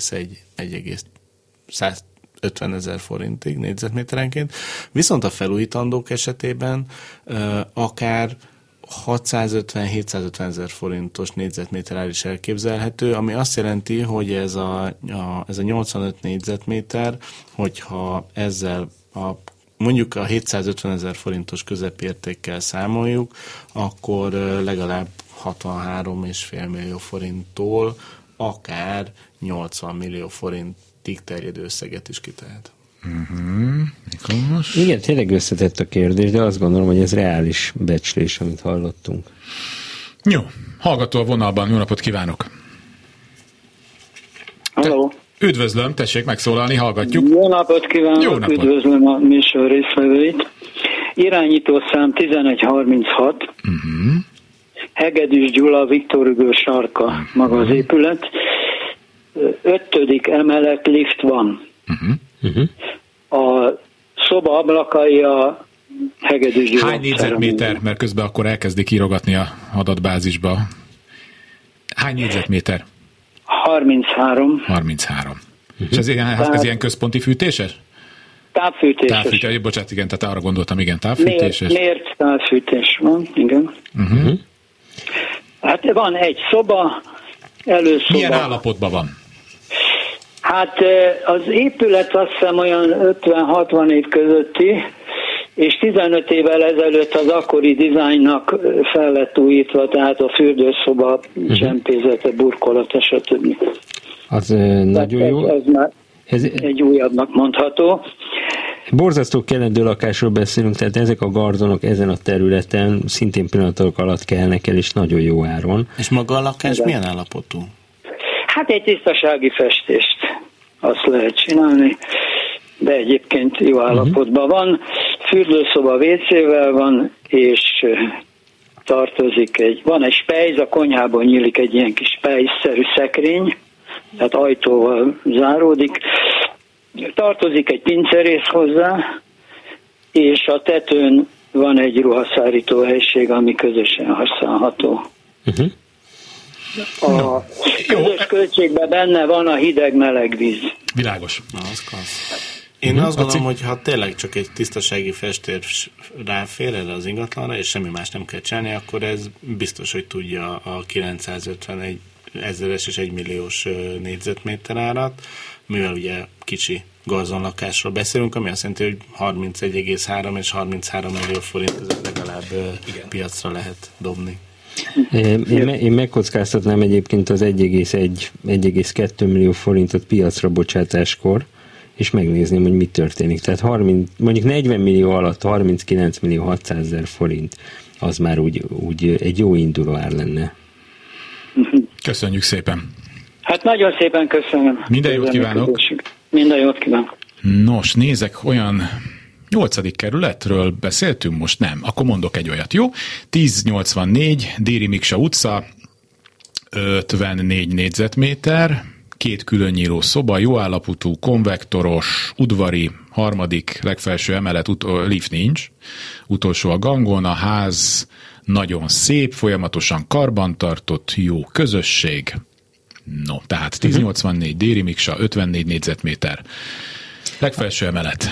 1,150 000 forintig négyzetméterenként, viszont a felújítandók esetében akár 650-750 000 forintos négyzetméter ár is elképzelhető, ami azt jelenti, hogy ez a 85 négyzetméter, hogyha ezzel mondjuk a 750 000 forintos közepértékkel számoljuk, akkor legalább 63,5 millió forinttól akár 80 millió forintig terjedő összeget is kitehet. Igen, tényleg összetett a kérdés, de azt gondolom, hogy ez reális becslés, amit hallottunk. Jó, hallgató a vonalban, jó napot kívánok! Halló. Üdvözlöm, tessék megszólalni, hallgatjuk. Jó napot kívánok, Jó napot. Üdvözlöm a műsor résztvevőit. Irányítószám 1136, Hegedűs Gyula, Viktor Hugo sarka, maga az épület. 5. emelet, lift van. A szoba ablakai a Hegedűs Gyula. Hány négyzetméter, mert közben akkor elkezdik írogatni a adatbázisba. Hány négyzetméter? 33. 33. És ez ilyen központi fűtéses? Távfűtéses. Bocsánat, igen, tehát arra gondoltam, igen, távfűtéses. Miért távfűtés van, igen. Hát van egy szoba, előszoba. Milyen állapotban van? Hát az épület azt hiszem olyan 50-60 év közötti, és 15 évvel ezelőtt az akkori dizájnnak fel lett újítva, tehát a fürdőszoba csempézete, burkolata, stb. Az nagyon jó. Ez már egy újabbnak mondható. Borzasztó kelendő lakásról beszélünk, tehát ezek a gardonok ezen a területen szintén pillanatok alatt kelnek el, és nagyon jó áron. És maga a lakás milyen állapotú? Hát egy tisztasági festést azt lehet csinálni, de egyébként jó állapotban van. Fürdőszoba WC-vel van, és tartozik van egy spejz, a konyhában nyílik egy ilyen kis spejzszerű szekrény, tehát ajtóval záródik. Tartozik egy pincerész hozzá, és a tetőn van egy ruhaszárító helység, ami közösen használható. A közös költségben benne van a hideg-meleg víz. Világos. Én azt gondolom, hogy ha tényleg csak egy tisztasági festés ráfér erre az ingatlanra, és semmi más nem kell csinálni, akkor ez biztos, hogy tudja a 951 ezeres és 1 milliós négyzetméter árat, mivel ugye kicsi gazdonlakásról beszélünk, ami azt jelenti, hogy 31,3 és 33 millió forint között legalább piacra lehet dobni. Én megkockáztatnám egyébként az 1,2 millió forintot piacra bocsátáskor, és megnézném, hogy mi történik. Tehát mondjuk 40 millió alatt 39 millió 600 000 forint, az már úgy egy jó induló ár lenne. Köszönjük szépen. Hát nagyon szépen köszönöm. Minden jót kívánok. Minden jót kívánok. Nos, nézek, olyan 8. kerületről beszéltünk most? Nem. Akkor mondok egy olyat, jó? 1084 Déri Miksa utca, 54 négyzetméter, 2 különnyíló szoba, jó állapotú, konvektoros, udvari, 3. legfelső emelet, lift nincs, utolsó a gangon, a ház nagyon szép, folyamatosan karbantartott, jó közösség. No, tehát 1084 Déri Miksa, 54 négyzetméter, legfelső emelet.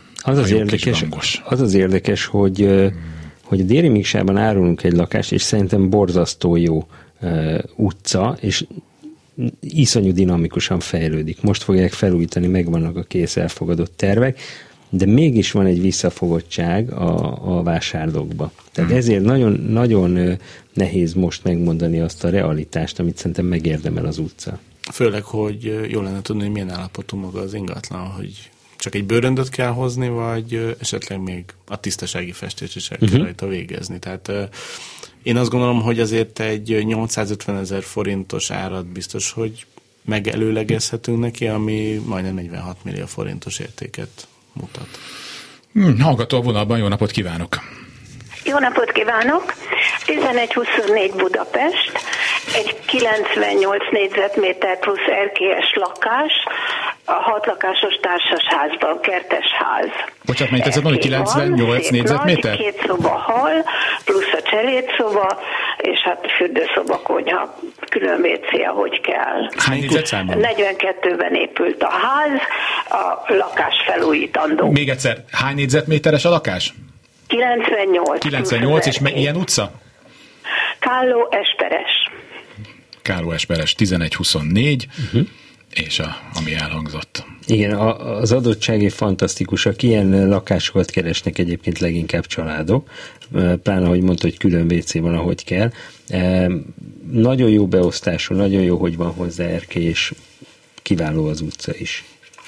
Az az érdekes, hogy a Déri Miksában árulunk egy lakást, és szerintem borzasztó jó utca, és iszonyú dinamikusan fejlődik. Most fogják felújítani, megvannak a kész elfogadott tervek, de mégis van egy visszafogottság a vásárlókba. Tehát ezért nagyon, nagyon nehéz most megmondani azt a realitást, amit szerintem megérdemel az utca. Főleg, hogy jó lenne tudni, hogy milyen állapotú maga az ingatlan, hogy csak egy bőröndöt kell hozni, vagy esetleg még a tisztasági festést is el kell rajta végezni. Tehát én azt gondolom, hogy azért egy 850 000 forintos árat biztos, hogy megelőlegezhetünk neki, ami majdnem 46 millió forintos értéket mutat. Hallgató a vonalban, jó napot kívánok! Jó napot kívánok! 1124 Budapest, egy 98 négyzetméter plusz erkélyes lakás, a 6 lakásos társasházban, kertes ház. Bocsánat, mennyit tetszett mondani, 98 négyzetméter? 2 szoba hal, plusz a cselédszoba, és hát fürdőszoba, konyha, külön WC, ahogy kell. Hány négyzetszámban? 42-ben épült a ház, a lakás felújítandó. Még egyszer, hány négyzetméteres a lakás? 98. 98, és ilyen utca? Kálló Esperes. Kálló Esperes, 1124, és ami elhangzott. Igen, az adottsági fantasztikusak, ilyen lakásokat keresnek egyébként leginkább családok, pláne, ahogy mondta, hogy külön WC van, ahogy kell. Nagyon jó beosztású, nagyon jó, hogy van hozzá erkély, és kiváló az utca is.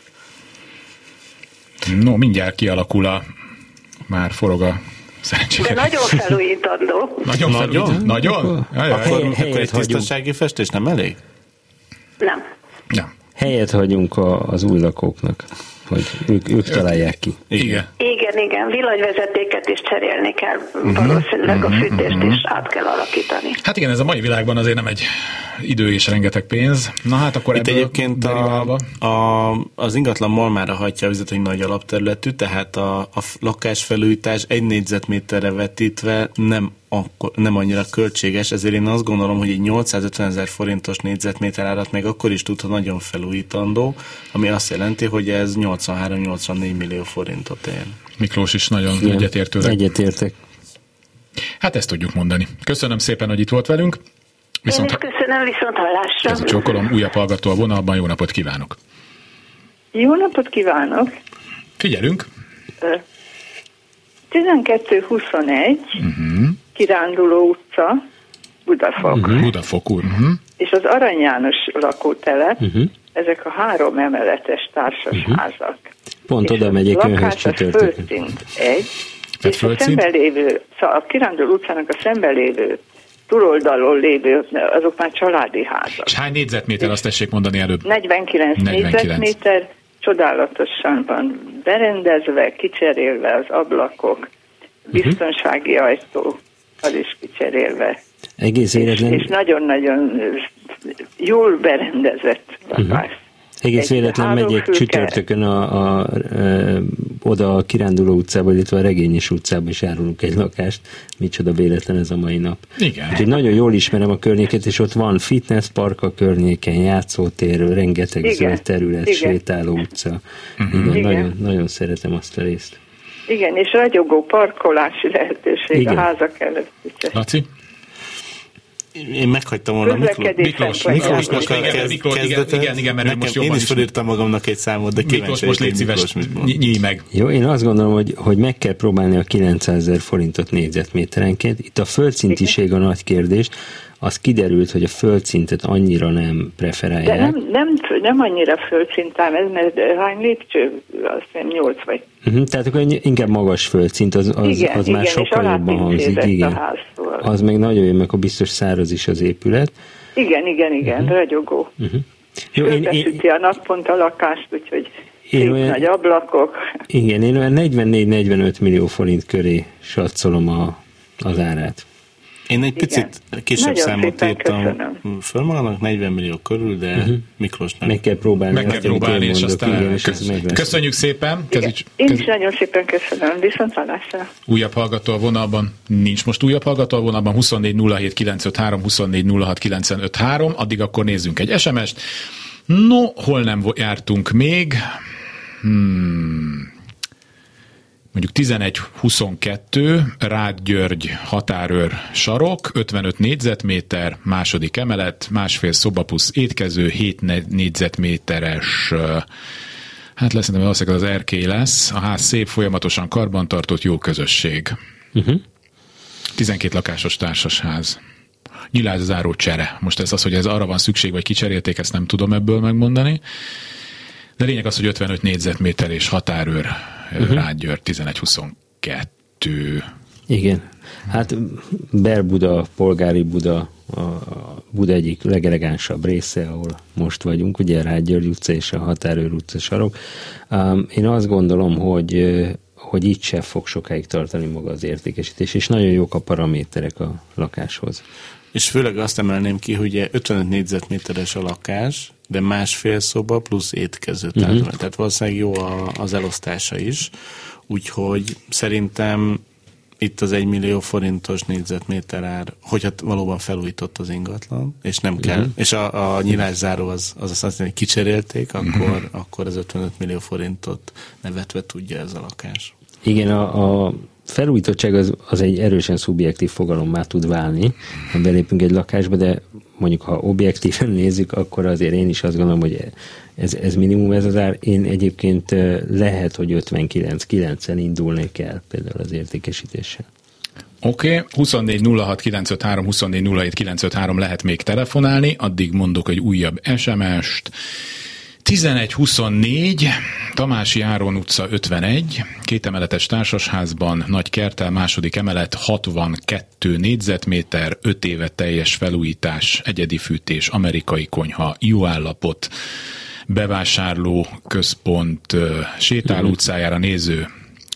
No, mindjárt kialakul már forog a szerencsére. De nagyon felújítandó. Nagyon? Akkor egy tisztasági festés nem elég? Nem. Nem. helyet hagyunk az új lakóknak, hogy ők találják ki. Igen. Igen, villanyvezetéket is cserélni kell, valószínűleg a fűtést is át kell alakítani. Hát igen, ez a mai világban azért nem egy idő és rengeteg pénz. Na hát akkor itt ebből egyébként az ingatlan malmára hagyja a vizet, hogy nagy alapterületű, tehát a lakásfelújítás 1 négyzetméterre vetítve nem annyira költséges, ezért én azt gondolom, hogy egy 850 000 forintos négyzetméter árat még akkor is tud, ha nagyon felújítandó, ami azt jelenti, hogy ez 83-84 millió forintot ér. Miklós is nagyon egyetértőleg. Egyetértek. Hát ezt tudjuk mondani. Köszönöm szépen, hogy itt volt velünk. Én is köszönöm, viszont hallásra. Ez a csókolom, újabb hallgató a vonalban, jó napot kívánok. Jó napot kívánok. Figyelünk. 1221, Kiránduló utca, Budafok. Budafok úr. És az Arany János lakótelep, ezek a 3 emeletes társasházak. Pont oda megyek önhöz csütörtökön. Földszint 1, és a szemben lévő, a Kiránduló utcának a szemben lévő túloldalon lévő, azok már családi házak. És hány négyzetméter, azt tessék mondani előbb? 49 négyzetméter, csodálatosan van berendezve, kicserélve az ablakok, biztonsági ajtó, az is kicserélve. Egész véletlen... És nagyon-nagyon jól berendezett lakás. Egész véletlen megyek csütörtökön oda a Kiránduló utcába, illetve a Regényes utcába is árulunk egy lakást. Micsoda véletlen ez a mai nap. Igen. Úgyhogy nagyon jól ismerem a környéket, és ott van fitnesspark a környéken, játszótér, rengeteg zöld terület, sétáló utca. Igen. Nagyon szeretem azt a részt. Igen, és ragyogó parkolási lehetőség a házak előtt. Laci? Én meghagytam volna Miklós kezdetet. Igen, mert most jobban én is felírtam magamnak egy számot, de kíváncsi most légy szíves, nyíj meg. Jó, én azt gondolom, hogy meg kell próbálni a 900 000 forintot négyzetméterenként. Itt a földszintiség a nagy kérdés. Az kiderült, hogy a földszintet annyira nem preferálják. De nem annyira földszintám ez, mert hány lépcső? Azt hiszem 8 vagy. Tehát akkor inkább magas földszint, az már sokkal jobban hangzik. Igen. Az meg nagyon jó, mert akkor biztos száraz is az épület. Igen, ragyogó. Fölbesüti a nappont a lakást, úgyhogy szép nagy ablakok. Igen, én olyan 44-45 millió forint köré satszolom az árát. Én egy picit kisebb számot írtam föl magamnak, 40 millió körül, de Miklósnak. Meg kell próbálni, és aztán köszönjük szépen. Én is nagyon szépen köszönöm, viszont hallásra. Újabb hallgató a vonalban, nincs most újabb hallgató a vonalban, 24 07 953, 24 06 953, addig akkor nézzünk egy SMS-t. No, hol nem jártunk még? Mondjuk 11-22, Rád György határőr sarok, 55 négyzetméter, második emelet, 1,5 szoba plusz étkező, 7 négyzetméteres, hát szerintem valószínűleg az erkély lesz, a ház szép, folyamatosan karbantartott, jó közösség. 12 lakásos társasház. Nyilázzáró csere. Most ez az, hogy ez arra van szükség, vagy kicserélték, ezt nem tudom ebből megmondani. De lényeg az, hogy 55 négyzetméter és határőr, Rád György 11-22. Igen. Hát Belbuda, Polgári Buda, a Buda egyik legelegánsabb része, ahol most vagyunk, ugye a Rád György utca és a Határőr utca sarok. Én azt gondolom, hogy itt sem fog sokáig tartani maga az értékesítés, és nagyon jók a paraméterek a lakáshoz. És főleg azt emelném ki, hogy 55 négyzetméteres a lakás, de 1,5 szoba plusz étkező. Tehát valószínűleg jó az elosztása is. Úgyhogy szerintem itt az 1 millió forintos négyzetméter ár, hogyha valóban felújított az ingatlan, és nem kell, és a nyilászáró az azt jelenti, hogy kicserélték, akkor az 55 millió forintot nevetve tudja ez a lakás. Igen, a felújítottság az egy erősen szubjektív fogalommá tud válni, ha belépünk egy lakásba, de mondjuk ha objektíven nézzük, akkor azért én is azt gondolom, hogy ez minimum ez az ár. Én egyébként lehet, hogy 59-9-en indulnék el például az értékesítéssel. Oké, 24 06 953, 24 07 953 lehet még telefonálni, addig mondok egy újabb SMS-t. 11-24, Tamási Áron utca 51, 2 emeletes társasházban, nagy kerttel, második emelet, 62 négyzetméter, 5 éve teljes felújítás, egyedi fűtés, amerikai konyha, jó állapot, bevásárló központ sétáló utcájára néző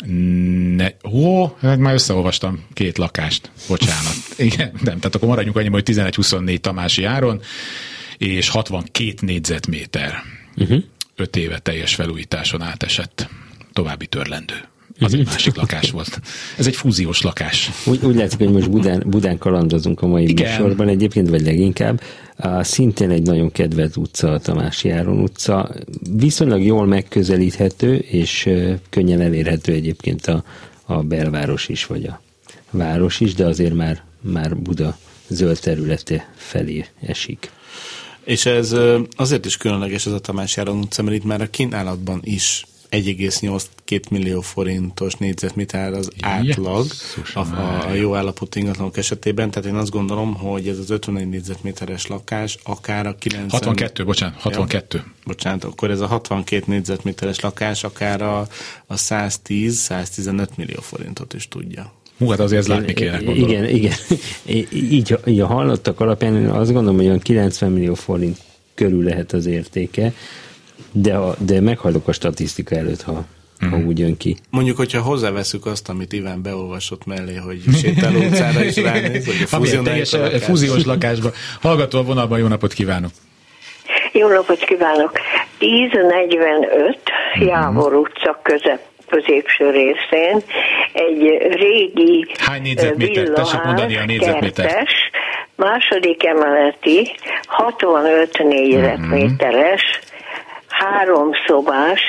már összeolvastam 2 lakást, bocsánat. Igen, nem, tehát akkor maradjunk annyiban, hogy 11-24 Tamási áron, és 62 négyzetméter. 5 éve teljes felújításon átesett. További törlendő. Az egy másik lakás volt. Ez egy fúziós lakás. Úgy látszik, hogy most Budán kalandozunk a mai műsorban egyébként, vagy leginkább. Szintén egy nagyon kedvelt utca, a Tamási Áron utca. Viszonylag jól megközelíthető, és könnyen elérhető egyébként a belváros is, vagy a város is, de azért már Buda zöld területe felé esik. És ez azért is különleges ez a Tamási Áron utca, mert itt már a kínálatban is 1,82 millió forintos négyzetméter az átlag a jó állapotú ingatlanok esetében, tehát én azt gondolom, hogy ez az 51 négyzetméteres lakás akár a 62. Bocsánat, akkor ez a 62 négyzetméteres lakás akár a 110-115 millió forintot is tudja. Hát azért látni kéne, gondolom. Igen. Így a hallottak alapján én azt gondolom, hogy olyan 90 millió forint körül lehet az értéke, de meghajlok a statisztika előtt, ha úgy jön ki. Mondjuk, hogyha hozzáveszünk azt, amit Iván beolvasott mellé, hogy sétáló utcára is ránéz, vagy a fúziós lakásba. Hallgató a vonalban, jó napot kívánok! Jó napot kívánok! 1045 Jávor utca középső részén egy régi hány négyzetméter? Tessék mondani a négyzetméter. Második emeleti, 65 négyzetméteres, 3 szobás,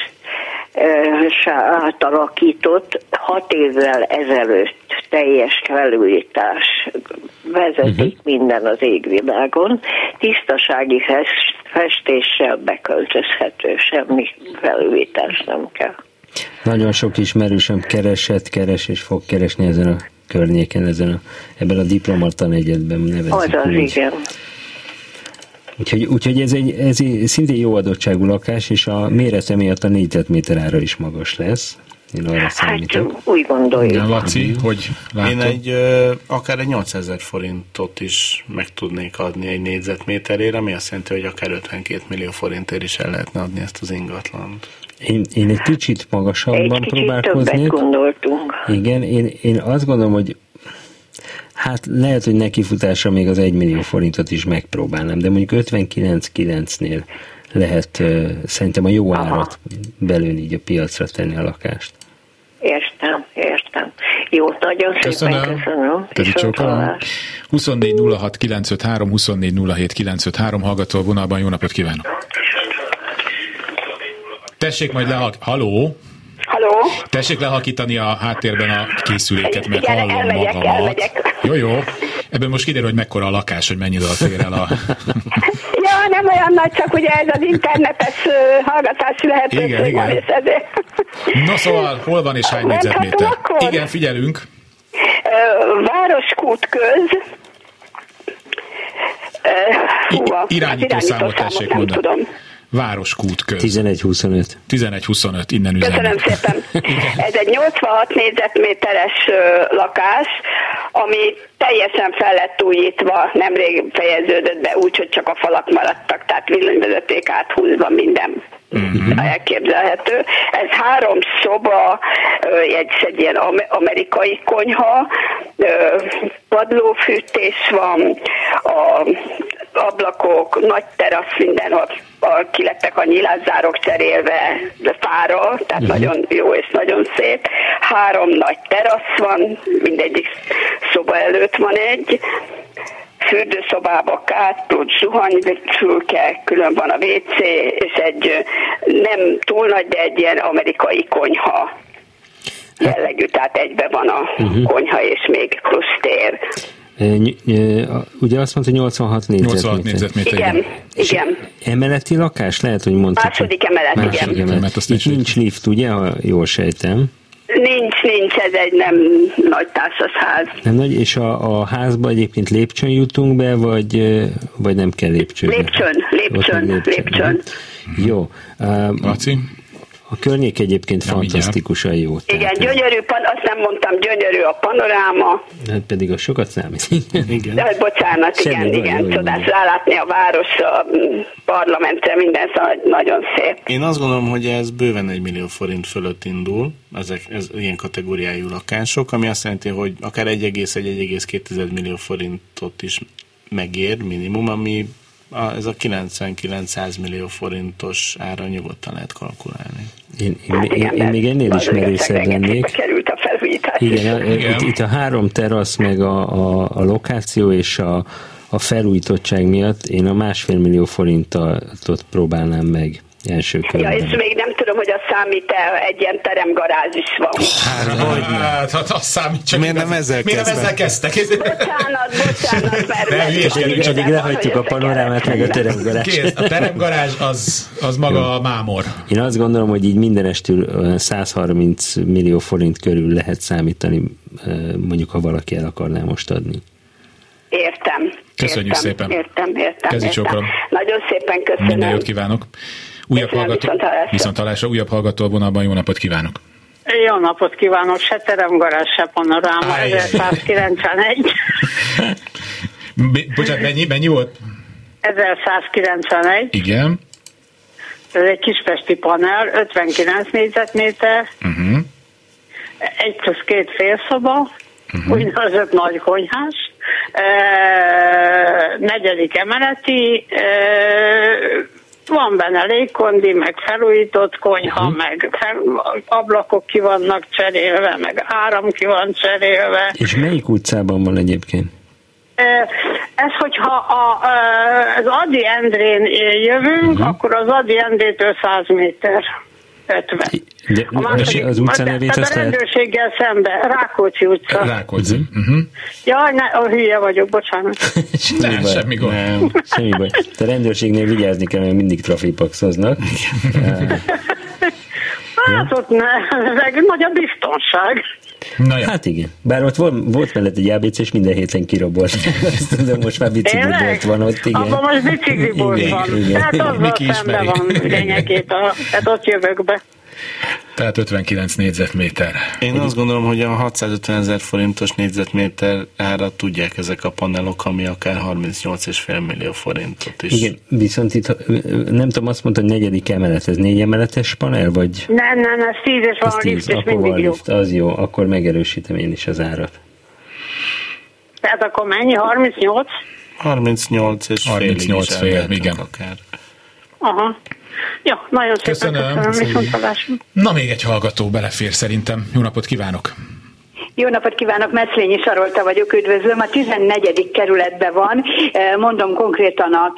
átalakított 6 évvel ezelőtt teljes felújítás vezetik minden az égvilágon, tisztasági festéssel beköltözhető, semmi felújítás nem kell. Nagyon sok ismerősöm keres és fog keresni ezen a környéken, ebben a Diplomata negyedben nevezzük. Azaz, igen. Úgyhogy ez szintén jó adottságú lakás, és a mérete miatt a négyzetméter ára is magas lesz. Én arra számítok. Hát úgy gondoljuk. Laci, hogy látod? Én akár egy 800 000 forintot is meg tudnék adni egy négyzetméterére, ami azt jelenti, hogy akár 52 millió forintért is el lehetne adni ezt az ingatlant. Én egy kicsit magasabban próbálkoznék. Egy kicsit többet gondoltunk. Igen, én azt gondolom, hogy hát lehet, hogy nekifutásra még az 1 millió forintot is megpróbálnám, de mondjuk 59,9-nél lehet szerintem a jó árat belőni, így a piacra tenni a lakást. Értem. Jó, nagyon szépen köszönöm. Köszönöm. 24 06 953, 24 07 953, hallgató a vonalban, jó napot kívánok! Tessék majd Halló? Tessék lehakítani a háttérben a készüléket, mert hallom magamat. Elmegyek. Jó. Ebből most kiderül, hogy mekkora a lakás, hogy mennyi oda fér el a... Ja, nem olyan nagy, csak ugye ez az internetes hallgatási lehetőség. Igen. És ezért... No szóval, hol van és hány négyzetméter? Igen, figyelünk. Városkút köz. Irányítószámot tessék mondani. Tudom. Városkút köz. 1125. 1125, innen üzenjük. Köszönöm szépen. Ez egy 86 négyzetméteres lakás, ami teljesen fel lett újítva, nemrég fejeződött be úgy, hogy csak a falak maradtak, tehát villanyvezeték áthúzva minden. Elképzelhető. Ez 3 szoba, egy ilyen amerikai konyha, padlófűtés van, ablakok, nagy terasz, mindenhol kilettek a nyilázzárok cserélve fára, tehát nagyon jó és nagyon szép. 3 nagy terasz van, mindegyik szoba előtt van egy. Fürdőszobába kárpult, zuhanyfülke, külön van a WC, és egy nem túl nagy, de egy ilyen amerikai konyha jellegű, tehát egybe van a konyha, és még plusz tér. Ugye azt mondta, hogy 86 négyzetméter. Igen. Emeleti lakás? Lehet, hogy mondtad. Második emelet. Itt nincs lift, ugye, ha jól sejtem. Nincs, ez egy nem nagy társasház. Nem nagy, és a házba egyébként lépcsőn jutunk be, vagy nem kell lépcsőn? Lépcsőn. Jó. Laci? A környék egyébként fantasztikusan jó. Igen, gyönyörű, azt nem mondtam, gyönyörű a panoráma. Hát pedig a sokat számít. Igen. De bocsánat, igen, csodás rálátni a városra, a parlamentre, minden, szóval nagyon szép. Én azt gondolom, hogy ez bőven 1 millió forint fölött indul, ez ilyen kategóriájú lakások, ami azt jelenti, hogy akár 1,1-1,2 millió forintot is megér minimum, ami ez a 99-100 millió forintos ára nyugodtan lehet kalkulálni. Én még ennél is merészebb lennék. Került a felújítás. Igen. Itt a 3 terasz, meg a lokáció és a felújítottság miatt én a 1,5 millió forintot próbálnám meg első körben. Ja, és még nem tudom, hogy a számít-e, egy ilyen teremgarázs is van. Hát az számít, csak miért nem ezzel kezdtek? Bocsánat, mert... Eddig lehagytuk a panorámát, meg a teremgarást. A teremgarázs az maga a mámor. Én azt gondolom, hogy így mindenestül 130 millió forint körül lehet számítani, mondjuk, ha valaki el akarná most adni. Értem. Köszönjük szépen. Értem. Kezicsókolom. Nagyon szépen köszönöm. Minden jót kívánok. Viszonthallásra. Újabb hallgató a vonalban, jó napot kívánok. Jó napot kívánok, se teremgarázs, se panoráma, 1191. Bocsánat, mennyi volt? 1191. Igen. Ez egy kispesti panel, 59 négyzetméter, 1+2 félszoba, úgynevezett nagy konyhás, 4. emeleti, van benne légkondi, meg felújított konyha, meg ablakok ki vannak cserélve, meg áram ki van cserélve. És melyik utcában van egyébként? Ez, hogyha az Ady Endrén jövünk, akkor az Ady Endrétől 100 méter. 50. De az utca nevét azt a rendőrséggel szemben, Rákóczi utca. Rákóczi. Jaj, a hülye vagyok, bocsánat. Semmi gond. Semmi baj. A rendőrségnél vigyázni kell, mert mindig trafipaxoznak. Hát ott meg nagy a biztonság. Hát igen. Bár ott volt mellett egy ABC, és minden héten kirabolt. De most már biciklibolt van ott, igen. Abban most biciklibolt van. Tehát azzal szemben van lényegét, tehát ott jövök be. Tehát 59 négyzetméter. Én azt gondolom, hogy a 650 000 forintos négyzetméter ára tudják ezek a panelok, ami akár 38,5 millió forintot is. Igen, viszont itt nem tudom, azt mondta, hogy 4. emelet, ez 4 emeletes panel, vagy? Nem, ez 10, és van a lift, és mindig jó. Az jó, akkor megerősítem én is az árat. Tehát akkor mennyi? 38? 38 és 38 fél, igen. Akár. Aha. Jó, nagyon szépen köszönöm. Na, még egy hallgató belefér szerintem. Jó napot kívánok! Jó napot kívánok, Metzlényi Sarolta vagyok, üdvözlöm. A 14. kerületben van, mondom konkrétan a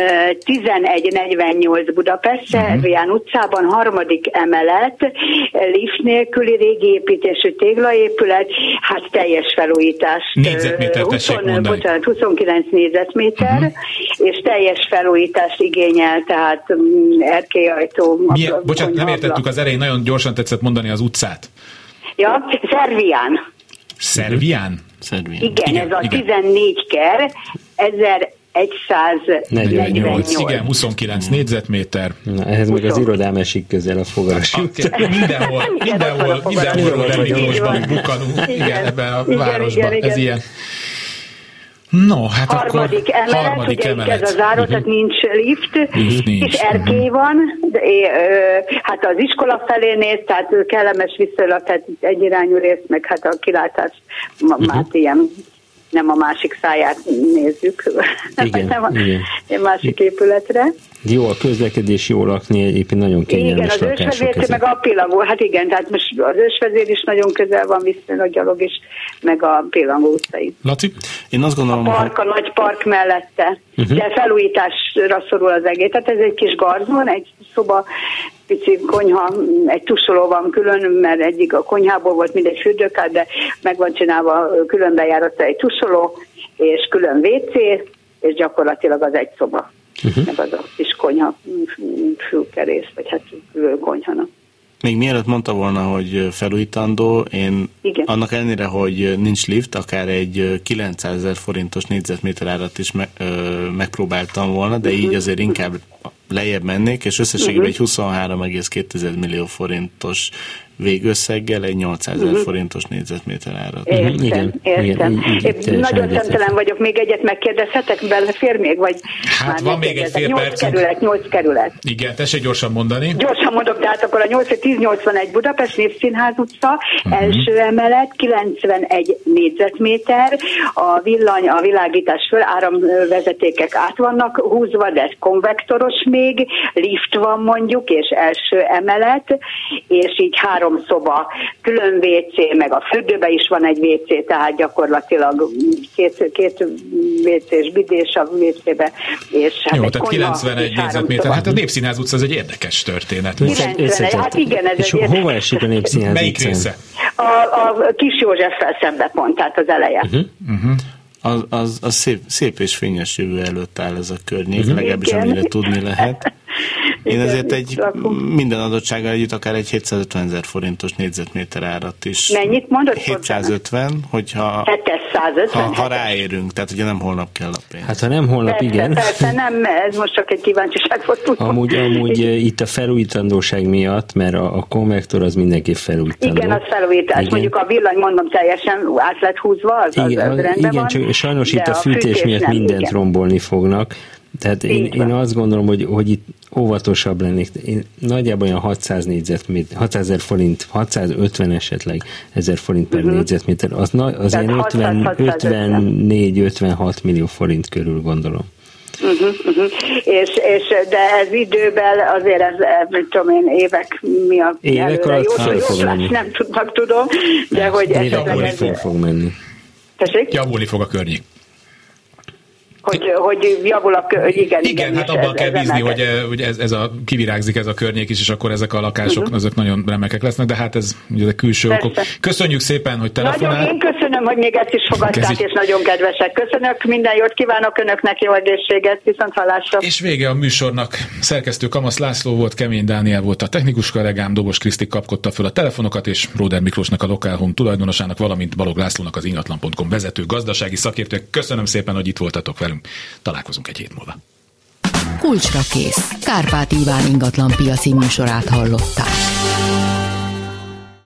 1148 Budapest, Szervián utcában, 3. emelet, lift nélküli régi építésű téglaépület, hát teljes felújítást. Négyzetméter, tessék mondani. Bocsánat, 29 négyzetméter, és teljes felújítást igényel, tehát erkélyajtó. Bocsánat, nem értettük az elején, nagyon gyorsan tetszett mondani az utcát. Ja, Szervián. Szervián? Igen, ez a 14 ker, 1148. Igen, 29 négyzetméter. Na, ehhez meg az irodám esik közel a Fogaras. Mindenhol Remigósban bukkanunk, igen, ebben a városban. Ez ilyen. No, hát harmadik akkor harmadik emelet. Ez az ára, tehát nincs lift, és erkély van, de, hát az iskola felé néz, tehát kellemes viszonylag, tehát egyirányú rész, meg hát a kilátás már ilyen, nem a másik száját nézzük, nem a másik épületre. Jó, a közlekedés, jó lakni, egyébként nagyon kényelmes lakások. Igen, az Ősvezér, meg a Pillangó, hát igen, tehát most az Ősvezér is nagyon közel van, viszonylag gyalog is, meg a Pillangó utcai. Laci? Én azt gondolom, a park, a nagy park mellette, de felújításra szorul az egész. Tehát ez egy kis garzon, egy szoba, pici konyha, egy tusoló van külön, mert egyik a konyhából volt mindegy fürdőkád, de meg van csinálva külön bejárata egy tusoló, és külön WC, és gyakorlatilag az egy szoba. Meg az a kis konyha, fülkerész, vagy hát konyhana. Még mielőtt mondta volna, hogy felújítandó, én annak ellenére, hogy nincs lift, akár egy 900 000 forintos négyzetméter árat is megpróbáltam volna, de így azért inkább lejjebb mennék, és összességében egy 23,2 millió forintos végösszeggel egy 800 000 forintos négyzetméter árat. Értem. Én nagyon szemtelen vagyok, még egyet megkérdezhetek, belefér még, vagy hát van még egy fél perc. 8 kerület. Igen, tessék gyorsan mondani. Gyorsan mondok, tehát akkor a 1081 Budapest Népszínház utca, első emelet, 91 négyzetméter, a villany, a világítás föl, áramvezetékek át vannak húzva, de ez konvektoros még, lift van mondjuk, és első emelet, és így 3 szoba, külön WC, meg a fürdőben is van egy WC, tehát gyakorlatilag két WC-s bidés a WC-be, és hát jó, tehát 91 négyzetméter, hát a Népszínház utca, ez egy érdekes történet. 91, hát igen, ez és egy hova esik a Népszínház utca? Melyik része? A Kis Józseffel szembe pont, tehát az eleje. Az szép és fényes jövő előtt áll ez a környék, legalábbis amire tudni lehet. Én ezért minden adottsággal együtt akár egy 750 000 forintos négyzetméter árat is. Mennyit mondod? 750, hogyha 750, ha ráérünk, tehát ugye nem holnap kell a pénz. Hát ha nem holnap, persze, igen. Persze, nem, ez most csak egy kíváncsiság volt. Amúgy itt a felújítandóság miatt, mert a konvektor az mindenképp felújítandó. Igen, az felújítás. Igen. Mondjuk a villany, mondom, teljesen át lett húzva, az rendben igen, van. Csak sajnos itt a fűtés miatt nem, mindent igen. rombolni fognak. Tehát én azt gondolom, hogy itt óvatosabb lennék. Én nagyjából olyan 600 000 forint, 650 esetleg 1000 forint per négyzetméter, az ilyen 54-56 millió forint körül gondolom. De ez időben azért ez, mit tudom én, évek miatt évek alatt fel fog menni. Nem tudom, de hogy javulni fog menni. Tessék? Javulni fog a környék. Hogy javul a igen, hát abban kell bízni, hogy ez kivirágzik ez a környék is, és akkor ezek a lakások, azok nagyon remekek lesznek, de hát ez ugye a külső okok. Köszönjük szépen, hogy telefonál. Nagyon én köszönöm, hogy még ezt is fogadták, és nagyon kedvesek. Köszönök, minden jót kívánok önöknek, jó egészséget, viszont hallásra. És vége a műsornak. Szerkesztő Kamasz László volt, Kemény Dániel volt a technikus kollégám, Dobos Kriszti kapkodta föl a telefonokat, és Róder Miklósnak, a Lokál Home tulajdonosának, valamint Balog Lászlónak, az ingatlan.com vezető gazdasági szakértő. Köszönöm szépen, hogy itt voltatok velünk. Találkozunk egy hét múlva. Kulcsra kész. Kárpát Iván ingatlan piaci műsorát hallották.